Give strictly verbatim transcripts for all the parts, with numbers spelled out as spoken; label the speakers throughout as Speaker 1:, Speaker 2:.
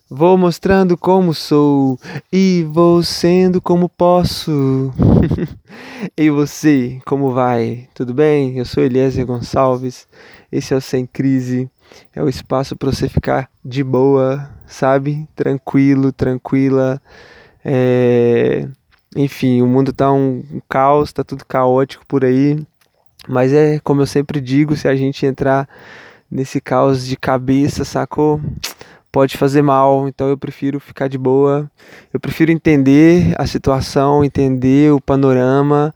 Speaker 1: Vou mostrando como sou e vou sendo como posso. E você, como vai? Tudo bem? Eu sou Eliezer Gonçalves. Esse é o Sem Crise. É o espaço para você ficar de boa, sabe? Tranquilo, tranquila. É... Enfim, o mundo tá um um caos, tá tudo caótico por aí. Mas é como eu sempre digo, se a gente entrar nesse caos de cabeça, sacou? Pode fazer mal, então eu prefiro ficar de boa. Eu prefiro entender a situação, entender o panorama,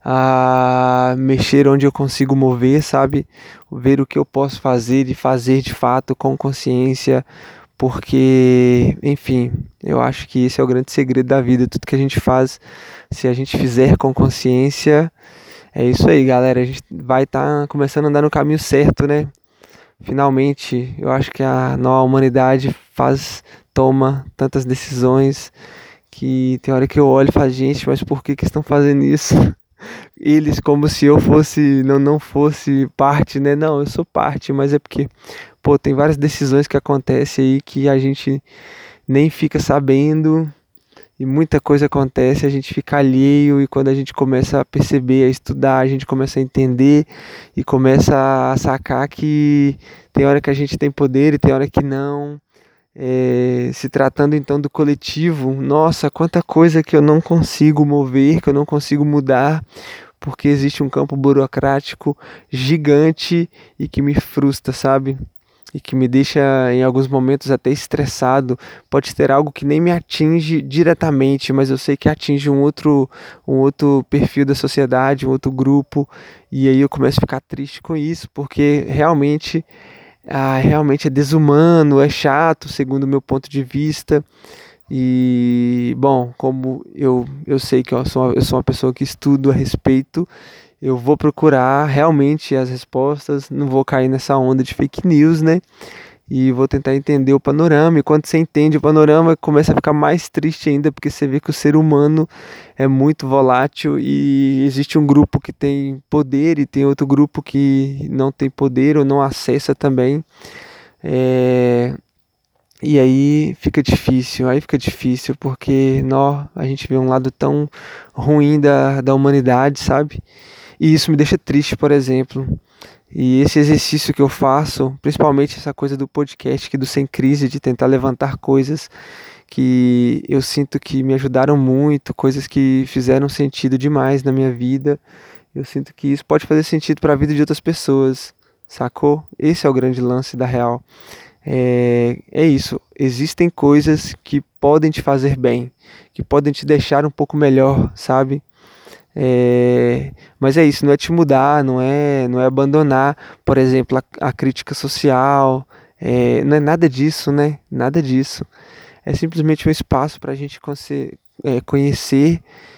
Speaker 1: a mexer onde eu consigo mover, sabe? Ver o que eu posso fazer e fazer de fato com consciência, porque, enfim, eu acho que esse é o grande segredo da vida. Tudo que a gente faz, se a gente fizer com consciência, é isso aí, galera. A gente vai estar começando a andar no caminho certo, né? Finalmente, eu acho que a nova humanidade faz, toma tantas decisões que tem hora que eu olho e falo, gente, mas por que que estão fazendo isso? Eles como se eu fosse, não, não fosse parte, né? Não, eu sou parte, mas é porque, pô, tem várias decisões que acontecem aí que a gente nem fica sabendo e muita coisa acontece, a gente fica alheio e quando a gente começa a perceber, a estudar, a gente começa a entender e começa a sacar que tem hora que a gente tem poder e tem hora que não. É, se tratando então do coletivo, nossa, quanta coisa que eu não consigo mover, que eu não consigo mudar, porque existe um campo burocrático gigante e que me frustra, sabe? E que me deixa em alguns momentos até estressado. Pode ter algo que nem me atinge diretamente, mas eu sei que atinge um outro, um outro perfil da sociedade, um outro grupo, e aí eu começo a ficar triste com isso, porque realmente, ah, realmente é desumano, é chato, segundo o meu ponto de vista. E, bom, como eu, eu sei que eu sou, uma- eu sou uma pessoa que estudo a respeito, eu vou procurar realmente as respostas, não vou cair nessa onda de fake news, né? E vou tentar entender o panorama. E quando você entende o panorama, começa a ficar mais triste ainda, porque você vê que o ser humano é muito volátil e existe um grupo que tem poder e tem outro grupo que não tem poder ou não acessa também. É, E aí fica difícil, aí fica difícil, porque nó, a gente vê um lado tão ruim da, da humanidade, sabe? E isso me deixa triste, por exemplo. E esse exercício que eu faço, principalmente essa coisa do podcast aqui do Sem Crise, de tentar levantar coisas que eu sinto que me ajudaram muito, coisas que fizeram sentido demais na minha vida. Eu sinto que isso pode fazer sentido para a vida de outras pessoas, sacou? Esse é o grande lance da real. É, é isso. Existem coisas que podem te fazer bem, que podem te deixar um pouco melhor, sabe? É, mas é isso, não é te mudar, não é, não é abandonar, por exemplo, a, a crítica social, é, não é nada disso, né? Nada disso. É simplesmente um espaço para a gente conce- é, conhecer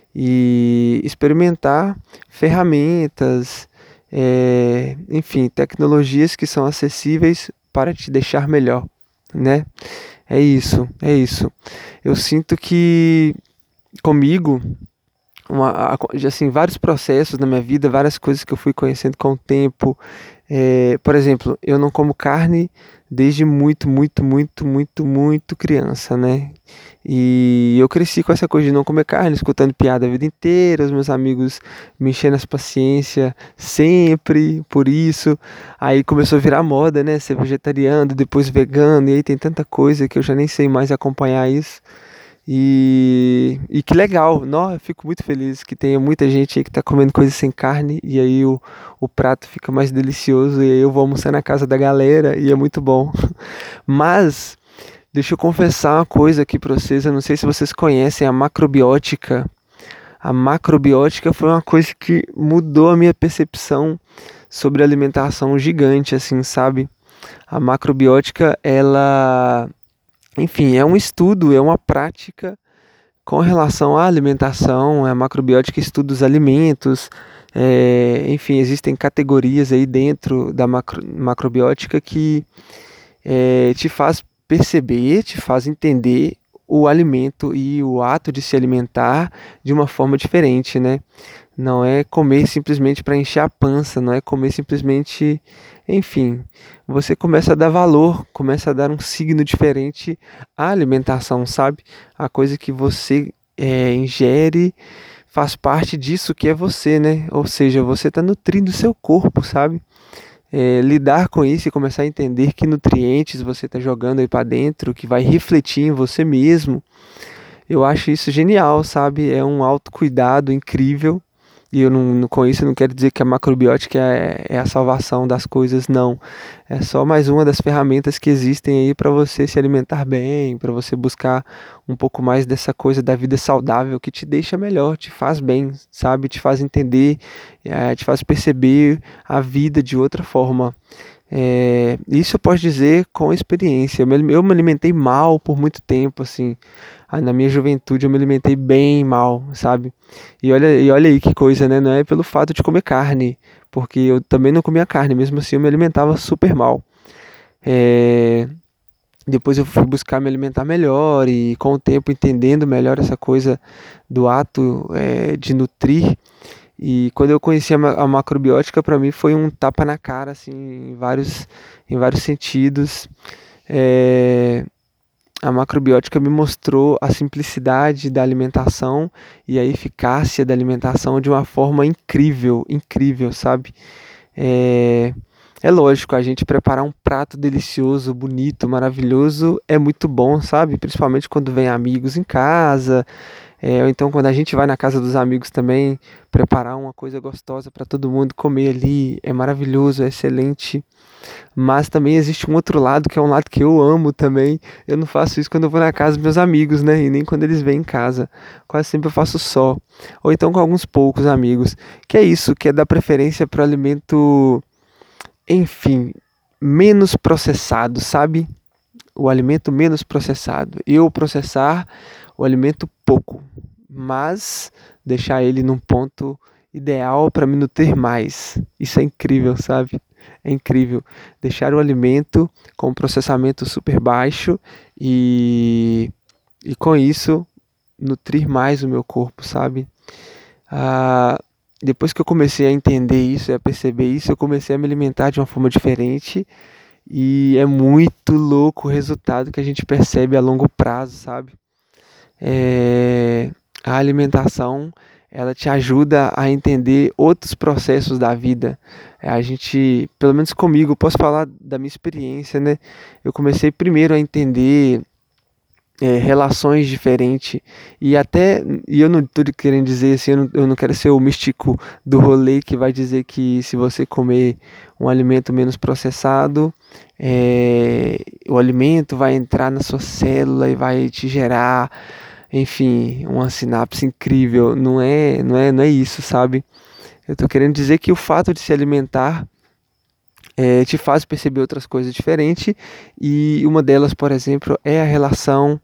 Speaker 1: e experimentar ferramentas, é, enfim, tecnologias que são acessíveis para te deixar melhor, né? É isso, é isso. Eu sinto que comigo uma, a- assim, vários processos na minha vida, várias coisas que eu fui conhecendo com o tempo. É, por exemplo, eu não como carne desde muito, muito, muito, muito, muito criança, né? E eu cresci com essa coisa de não comer carne, escutando piada a vida inteira, os meus amigos me enchendo as paciência sempre por isso. Aí começou a virar moda, né? Ser vegetariano, depois vegano, e aí tem tanta coisa que eu já nem sei mais acompanhar isso. E, e que legal, não, eu fico muito feliz que tenha muita gente aí que tá comendo coisa sem carne e aí o, o prato fica mais delicioso e aí eu vou almoçar na casa da galera e é muito bom. Mas deixa eu confessar uma coisa aqui pra vocês, eu não sei se vocês conhecem a macrobiótica. A macrobiótica foi uma coisa que mudou a minha percepção sobre alimentação gigante, assim, sabe? A macrobiótica, ela, enfim, é um estudo, é uma prática com relação à alimentação, a macrobiótica estuda os alimentos, é, enfim, existem categorias aí dentro da macro, macrobiótica que é, te faz perceber, te faz entender o alimento e o ato de se alimentar de uma forma diferente, né? Não é comer simplesmente para encher a pança, não é comer simplesmente, enfim, você começa a dar valor, começa a dar um signo diferente à alimentação, sabe? A coisa que você é, ingere faz parte disso que é você, né? Ou seja, você está nutrindo o seu corpo, sabe? É, lidar com isso e começar a entender que nutrientes você está jogando aí para dentro, que vai refletir em você mesmo. Eu acho isso genial, sabe? É um autocuidado incrível. E eu não, não- com isso eu não quero dizer que a macrobiótica é, é a salvação das coisas, não. É só mais uma das ferramentas que existem aí para você se alimentar bem, para você buscar um pouco mais dessa coisa da vida saudável que te deixa melhor, te faz bem, sabe? Te faz entender, eh, te faz perceber a vida de outra forma. É, isso eu posso dizer com experiência. Eu me, eu me alimentei mal por muito tempo, assim. Ah, na minha juventude eu me alimentei bem mal, sabe? E olha, e olha aí que coisa, né? Não é pelo fato de comer carne, porque eu também não comia carne, mesmo assim eu me alimentava super mal. É, depois eu fui buscar me alimentar melhor e com o tempo entendendo melhor essa coisa do ato, é, de nutrir. E quando eu conheci a, ma- a macrobiótica, para mim foi um tapa na cara, assim, em vários, em vários sentidos. É, a macrobiótica me mostrou a simplicidade da alimentação e a eficácia da alimentação de uma forma incrível, incrível, sabe? É, é lógico, a gente preparar um prato delicioso, bonito, maravilhoso é muito bom, sabe? Principalmente quando vem amigos em casa, é, ou então quando a gente vai na casa dos amigos também, preparar uma coisa gostosa para todo mundo comer ali é maravilhoso, é excelente. Mas também existe um outro lado que é um lado que eu amo também. Eu não faço isso quando eu vou na casa dos meus amigos, né? E nem quando eles vêm em casa. Quase sempre eu faço só. Ou então com alguns poucos amigos. Que é isso, que é dar preferência para o alimento, enfim, menos processado, sabe? O alimento menos processado. Eu processar o alimento pouco, mas deixar ele num ponto ideal para me nutrir mais. Isso é incrível, sabe? É incrível. Deixar o alimento com um processamento super baixo e, e com isso nutrir mais o meu corpo, sabe? Ah, depois que eu comecei a entender isso e a perceber isso, eu comecei a me alimentar de uma forma diferente e é muito louco o resultado que a gente percebe a longo prazo, sabe? É, a alimentação, ela te ajuda a entender outros processos da vida. É, a gente, pelo menos comigo, eu posso falar da minha experiência, né? Eu comecei primeiro a entender é, relações diferentes e até, e eu não estou querendo dizer assim, eu não, eu não quero ser o místico do rolê que vai dizer que se você comer um alimento menos processado, é, o alimento vai entrar na sua célula e vai te gerar, enfim, uma sinapse incrível. Não é, não é, não é isso, sabe? Eu tô querendo dizer que o fato de se alimentar eh, te faz perceber outras coisas diferentes e uma delas, por exemplo, é a relação,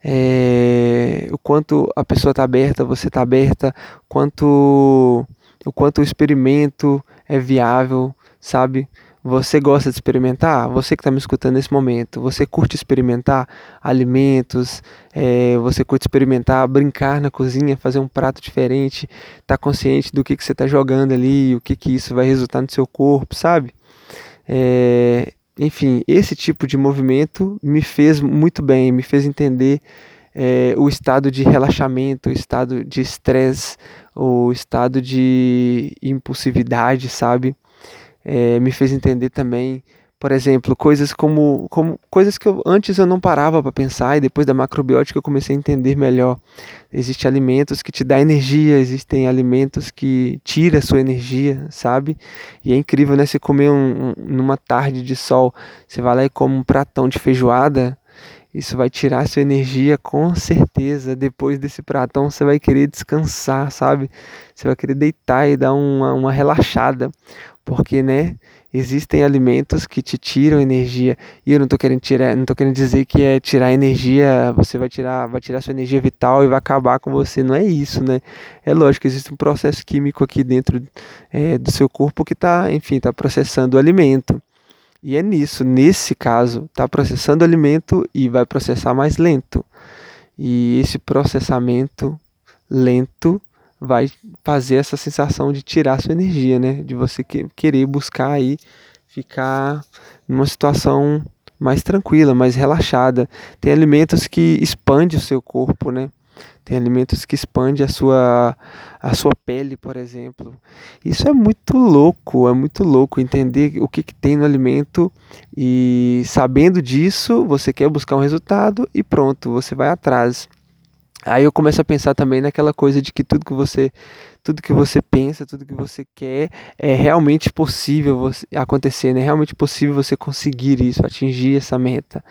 Speaker 1: eh, o quanto a pessoa está aberta, você está aberta, quanto, o quanto o experimento é viável, sabe? Você gosta de experimentar? Você que está me escutando nesse momento, você curte experimentar alimentos, eh, você curte experimentar, brincar na cozinha, fazer um prato diferente, tá consciente do que que você está jogando ali, o que que isso vai resultar no seu corpo, sabe? É, enfim, esse tipo de movimento me fez muito bem, me fez entender é, o estado de relaxamento, o estado de estresse, o estado de impulsividade, sabe? É, me fez entender também, por exemplo, coisas como, como coisas que eu, antes eu não parava para pensar e depois da macrobiótica eu comecei a entender melhor. Existem alimentos que te dão energia, existem alimentos que tiram a sua energia, sabe? E é incrível, né? Você comer um, um- numa tarde de sol, você vai lá e come um pratão de feijoada, isso vai tirar a sua energia com certeza. Depois desse pratão você vai querer descansar, sabe? Você vai querer deitar e dar uma, uma relaxada porque, né, existem alimentos que te tiram energia, e eu não tô querendo tirar, não tô querendo dizer que é tirar energia, você vai tirar, vai tirar sua energia vital e vai acabar com você, não é isso, né? É lógico, existe um processo químico aqui dentro é, do seu corpo que tá, enfim, tá processando o alimento. E é nisso, nesse caso, tá processando o alimento e vai processar mais lento. E esse processamento lento vai fazer essa sensação de tirar sua energia, né? De você que, querer buscar aí ficar numa situação mais tranquila, mais relaxada. Tem alimentos que expandem o seu corpo, né? Tem alimentos que expandem a sua, a sua pele, por exemplo. Isso é muito louco, é muito louco entender o que, que tem no alimento e sabendo disso, você quer buscar um resultado e pronto, você vai atrás. Aí eu começo a pensar também naquela coisa de que tudo que você, tudo que você pensa, tudo que você quer é realmente possível você, acontecer, né? É realmente possível você conseguir isso, atingir essa meta.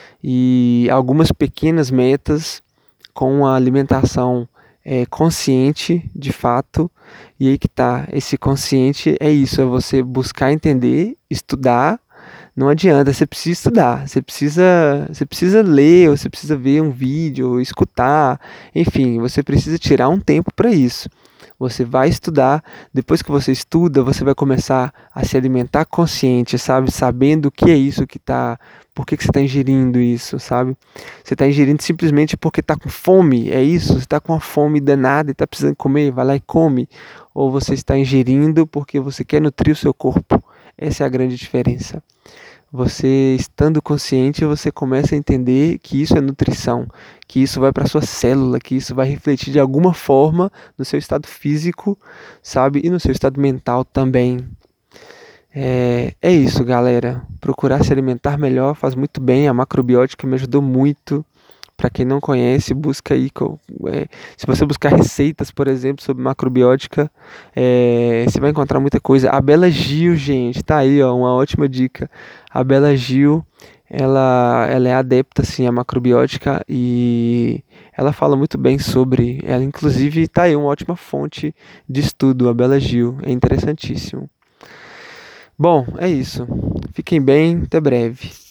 Speaker 1: E algumas pequenas metas com a alimentação é, consciente, de fato, e aí que tá, esse consciente é isso, é você buscar entender, estudar. Não adianta, você precisa estudar, você precisa, você precisa ler, ou você precisa ver um vídeo, ou escutar, enfim, você precisa tirar um tempo para isso. Você vai estudar, depois que você estuda, você vai começar a se alimentar consciente, sabe? Sabendo o que é isso que tá, por que que você está ingerindo isso, sabe? Você está ingerindo simplesmente porque está com fome, é isso? Você está com uma fome danada e está precisando comer, vai lá e come. Ou você está ingerindo porque você quer nutrir o seu corpo. Essa é a grande diferença. Você estando consciente, você começa a entender que isso é nutrição, que isso vai para a sua célula, que isso vai refletir de alguma forma no seu estado físico, sabe? E no seu estado mental também. É, é isso, galera. Procurar se alimentar melhor faz muito bem. A macrobiótica me ajudou muito. Para quem não conhece, busca aí. É, se você buscar receitas, por exemplo, sobre macrobiótica, é, você vai encontrar muita coisa. A Bela Gil, gente, tá aí, ó, uma ótima dica. A Bela Gil, ela, ela é adepta, assim, à macrobiótica e ela fala muito bem sobre. Ela, inclusive, tá aí uma ótima fonte de estudo, a Bela Gil. É interessantíssimo. Bom, é isso. Fiquem bem, até breve.